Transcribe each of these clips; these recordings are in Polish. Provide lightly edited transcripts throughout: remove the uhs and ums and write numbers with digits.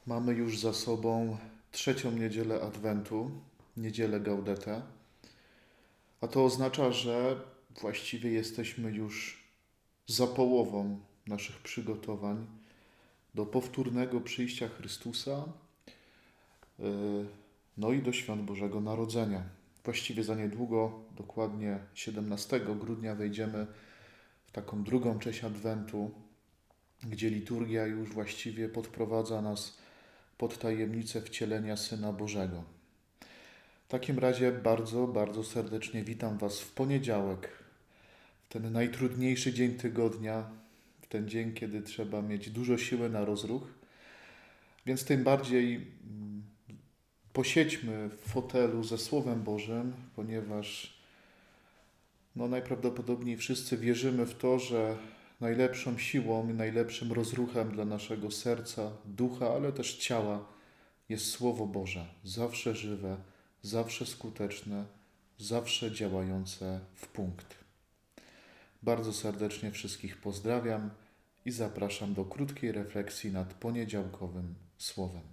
Mamy już za sobą trzecią niedzielę Adwentu, niedzielę Gaudete, a to oznacza, że właściwie jesteśmy już za połową naszych przygotowań do powtórnego przyjścia Chrystusa, yy, no i do świąt Bożego Narodzenia. Właściwie za niedługo, dokładnie 17 grudnia, wejdziemy w taką drugą część Adwentu, gdzie liturgia już właściwie podprowadza nas pod tajemnicę wcielenia Syna Bożego. W takim razie bardzo, bardzo serdecznie witam Was w poniedziałek, w ten najtrudniejszy dzień tygodnia, w ten dzień, kiedy trzeba mieć dużo siły na rozruch. Więc tym bardziej posiedźmy w fotelu ze Słowem Bożym, ponieważ najprawdopodobniej wszyscy wierzymy w to, że najlepszą siłą i najlepszym rozruchem dla naszego serca, ducha, ale też ciała jest Słowo Boże, zawsze żywe, zawsze skuteczne, zawsze działające w punkt. Bardzo serdecznie wszystkich pozdrawiam i zapraszam do krótkiej refleksji nad poniedziałkowym słowem.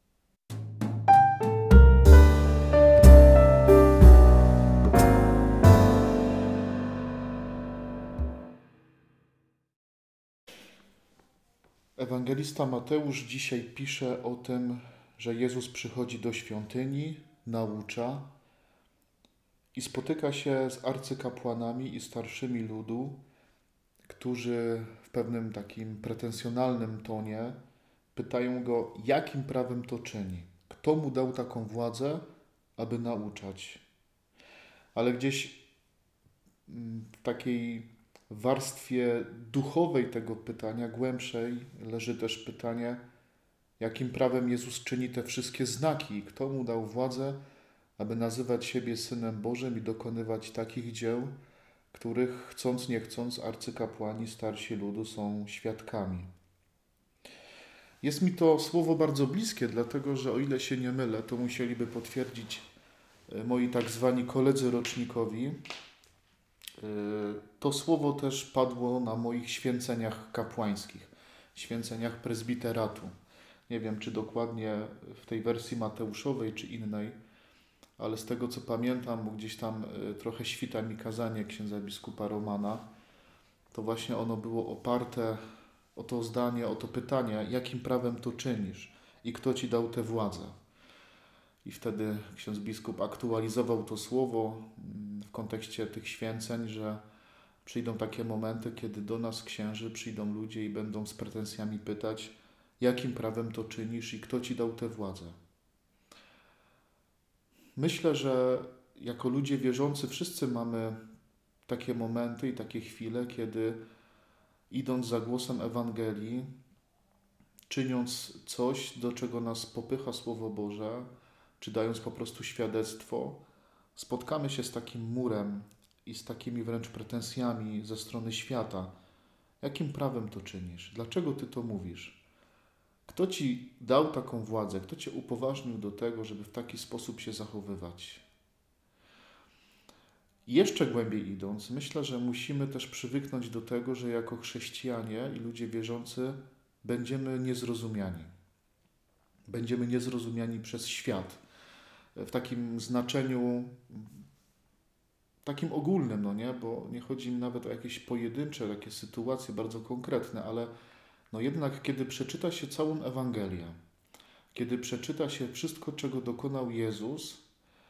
Ewangelista Mateusz dzisiaj pisze o tym, że Jezus przychodzi do świątyni, naucza i spotyka się z arcykapłanami i starszymi ludu, którzy w pewnym takim pretensjonalnym tonie pytają go, jakim prawem to czyni. Kto mu dał taką władzę, aby nauczać? Ale gdzieś w takiej warstwie duchowej tego pytania, głębszej, leży też pytanie, jakim prawem Jezus czyni te wszystkie znaki? Kto mu dał władzę, aby nazywać siebie Synem Bożym i dokonywać takich dzieł, których chcąc nie chcąc arcykapłani, starsi ludu są świadkami. Jest mi to słowo bardzo bliskie, dlatego że o ile się nie mylę, to musieliby potwierdzić moi tak zwani koledzy rocznikowi. To słowo też padło na moich święceniach kapłańskich, święceniach prezbiteratu. Nie wiem, czy dokładnie w tej wersji mateuszowej, czy innej, ale z tego co pamiętam, bo gdzieś tam trochę świta mi kazanie księdza biskupa Romana, to właśnie ono było oparte o to zdanie, o to pytanie, jakim prawem to czynisz i kto ci dał tę władzę. I wtedy ksiądz biskup aktualizował to słowo w kontekście tych święceń, że przyjdą takie momenty, kiedy do nas księży przyjdą ludzie i będą z pretensjami pytać, jakim prawem to czynisz i kto ci dał tę władzę. Myślę, że jako ludzie wierzący wszyscy mamy takie momenty i takie chwile, kiedy idąc za głosem Ewangelii, czyniąc coś, do czego nas popycha Słowo Boże, czy dając po prostu świadectwo, spotkamy się z takim murem i z takimi wręcz pretensjami ze strony świata. Jakim prawem to czynisz? Dlaczego ty to mówisz? Kto ci dał taką władzę? Kto cię upoważnił do tego, żeby w taki sposób się zachowywać? Jeszcze głębiej idąc, myślę, że musimy też przywyknąć do tego, że jako chrześcijanie i ludzie wierzący będziemy niezrozumiani. Będziemy niezrozumiani przez świat. W takim znaczeniu, takim ogólnym, bo nie chodzi mi nawet o jakieś pojedyncze takie sytuacje bardzo konkretne, ale jednak kiedy przeczyta się całą Ewangelię, kiedy przeczyta się wszystko, czego dokonał Jezus,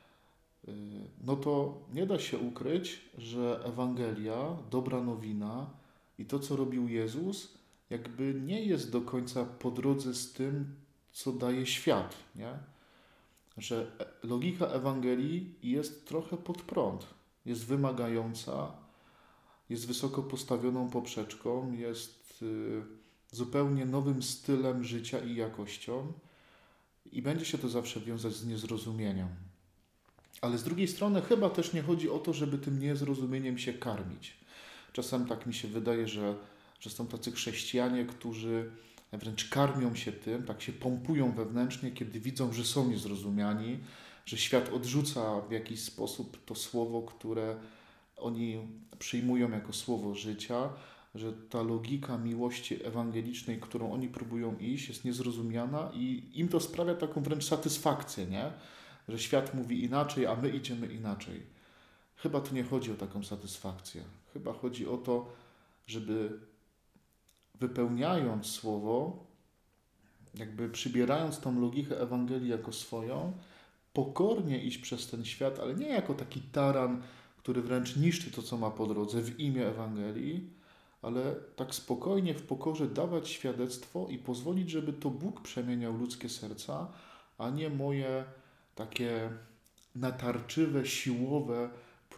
to nie da się ukryć, że Ewangelia, dobra nowina i to, co robił Jezus, jakby nie jest do końca po drodze z tym, co daje świat, nie? Że logika Ewangelii jest trochę pod prąd, jest wymagająca, jest wysoko postawioną poprzeczką, jest zupełnie nowym stylem życia i jakością i będzie się to zawsze wiązać z niezrozumieniem. Ale z drugiej strony chyba też nie chodzi o to, żeby tym niezrozumieniem się karmić. Czasem tak mi się wydaje, że są tacy chrześcijanie, którzy wręcz karmią się tym, tak się pompują wewnętrznie, kiedy widzą, że są niezrozumiani, że świat odrzuca w jakiś sposób to słowo, które oni przyjmują jako słowo życia, że ta logika miłości ewangelicznej, którą oni próbują iść, jest niezrozumiana i im to sprawia taką wręcz satysfakcję, nie? Że świat mówi inaczej, a my idziemy inaczej. Chyba tu nie chodzi o taką satysfakcję. Chyba chodzi o to, żeby wypełniając słowo, jakby przybierając tą logikę Ewangelii jako swoją, pokornie iść przez ten świat, ale nie jako taki taran, który wręcz niszczy to, co ma po drodze w imię Ewangelii, ale tak spokojnie, w pokorze dawać świadectwo i pozwolić, żeby to Bóg przemieniał ludzkie serca, a nie moje takie natarczywe, siłowe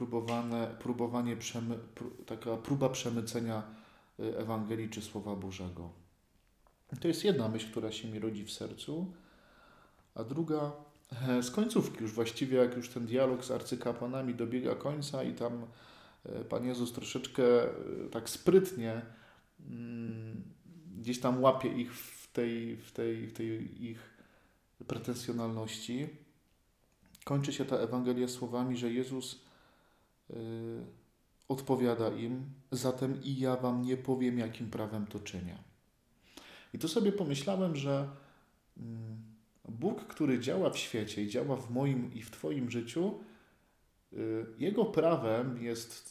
taka próba przemycenia Ewangelii czy Słowa Bożego. To jest jedna myśl, która się mi rodzi w sercu, a druga z końcówki już właściwie, jak już ten dialog z arcykapłanami dobiega końca i tam Pan Jezus troszeczkę tak sprytnie gdzieś tam łapie ich w tej ich pretensjonalności. Kończy się ta Ewangelia słowami, że Jezus odpowiada im, zatem i ja wam nie powiem, jakim prawem to czynię. I tu sobie pomyślałem, że Bóg, który działa w świecie i działa w moim i w Twoim życiu, Jego prawem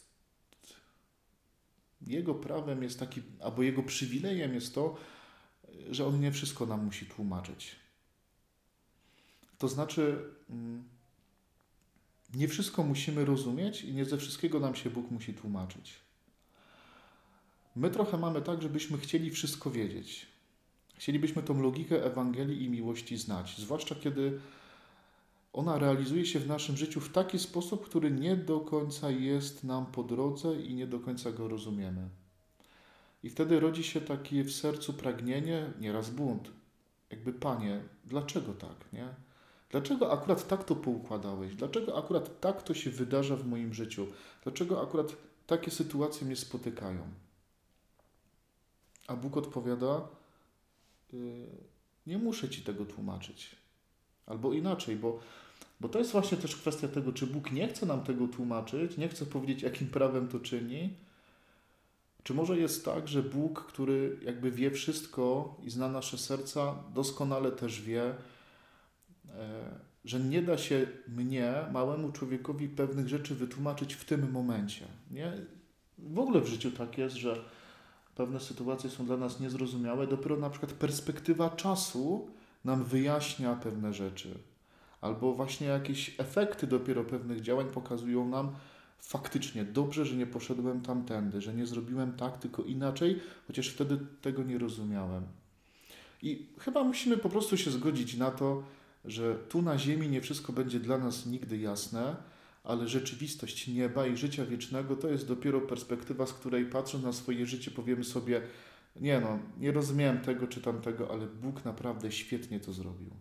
jest taki, albo Jego przywilejem jest to, że On nie wszystko nam musi tłumaczyć. To znaczy, nie wszystko musimy rozumieć i nie ze wszystkiego nam się Bóg musi tłumaczyć. My trochę mamy tak, żebyśmy chcieli wszystko wiedzieć. Chcielibyśmy tą logikę Ewangelii i miłości znać, zwłaszcza kiedy ona realizuje się w naszym życiu w taki sposób, który nie do końca jest nam po drodze i nie do końca go rozumiemy. I wtedy rodzi się takie w sercu pragnienie, nieraz bunt. Jakby, Panie, dlaczego tak, nie? Dlaczego akurat tak to poukładałeś? Dlaczego akurat tak to się wydarza w moim życiu? Dlaczego akurat takie sytuacje mnie spotykają? A Bóg odpowiada, nie muszę Ci tego tłumaczyć. Albo inaczej, bo to jest właśnie też kwestia tego, czy Bóg nie chce nam tego tłumaczyć, nie chce powiedzieć, jakim prawem to czyni, czy może jest tak, że Bóg, który jakby wie wszystko i zna nasze serca, doskonale też wie, że nie da się mnie, małemu człowiekowi, pewnych rzeczy wytłumaczyć w tym momencie. Nie? W ogóle w życiu tak jest, że pewne sytuacje są dla nas niezrozumiałe. Dopiero na przykład perspektywa czasu nam wyjaśnia pewne rzeczy. Albo właśnie jakieś efekty dopiero pewnych działań pokazują nam faktycznie dobrze, że nie poszedłem tamtędy, że nie zrobiłem tak, tylko inaczej, chociaż wtedy tego nie rozumiałem. I chyba musimy po prostu się zgodzić na to, że tu na ziemi nie wszystko będzie dla nas nigdy jasne, ale rzeczywistość nieba i życia wiecznego to jest dopiero perspektywa, z której patrząc na swoje życie powiemy sobie, nie rozumiałem tego czy tamtego, ale Bóg naprawdę świetnie to zrobił.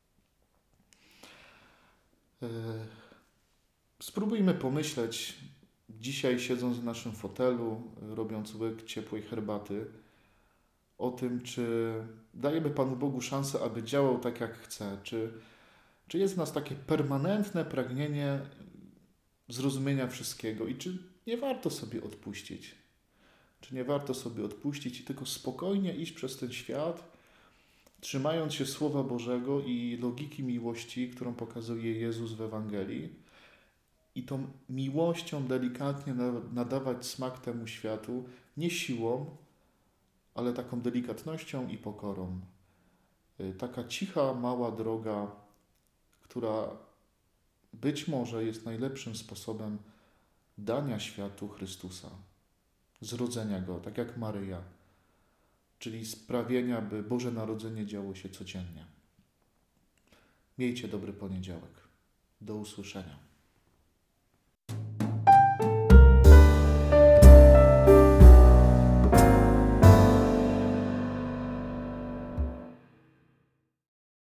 Spróbujmy pomyśleć, dzisiaj siedząc w naszym fotelu, robiąc łyk ciepłej herbaty, o tym, czy dajemy Panu Bogu szansę, aby działał tak, jak chce, czy jest w nas takie permanentne pragnienie zrozumienia wszystkiego i czy nie warto sobie odpuścić. Czy nie warto sobie odpuścić i tylko spokojnie iść przez ten świat, trzymając się Słowa Bożego i logiki miłości, którą pokazuje Jezus w Ewangelii i tą miłością delikatnie nadawać smak temu światu, nie siłą, ale taką delikatnością i pokorą. Taka cicha, mała droga, która być może jest najlepszym sposobem dania światu Chrystusa, zrodzenia Go, tak jak Maryja, czyli sprawienia, by Boże Narodzenie działo się codziennie. Miejcie dobry poniedziałek. Do usłyszenia.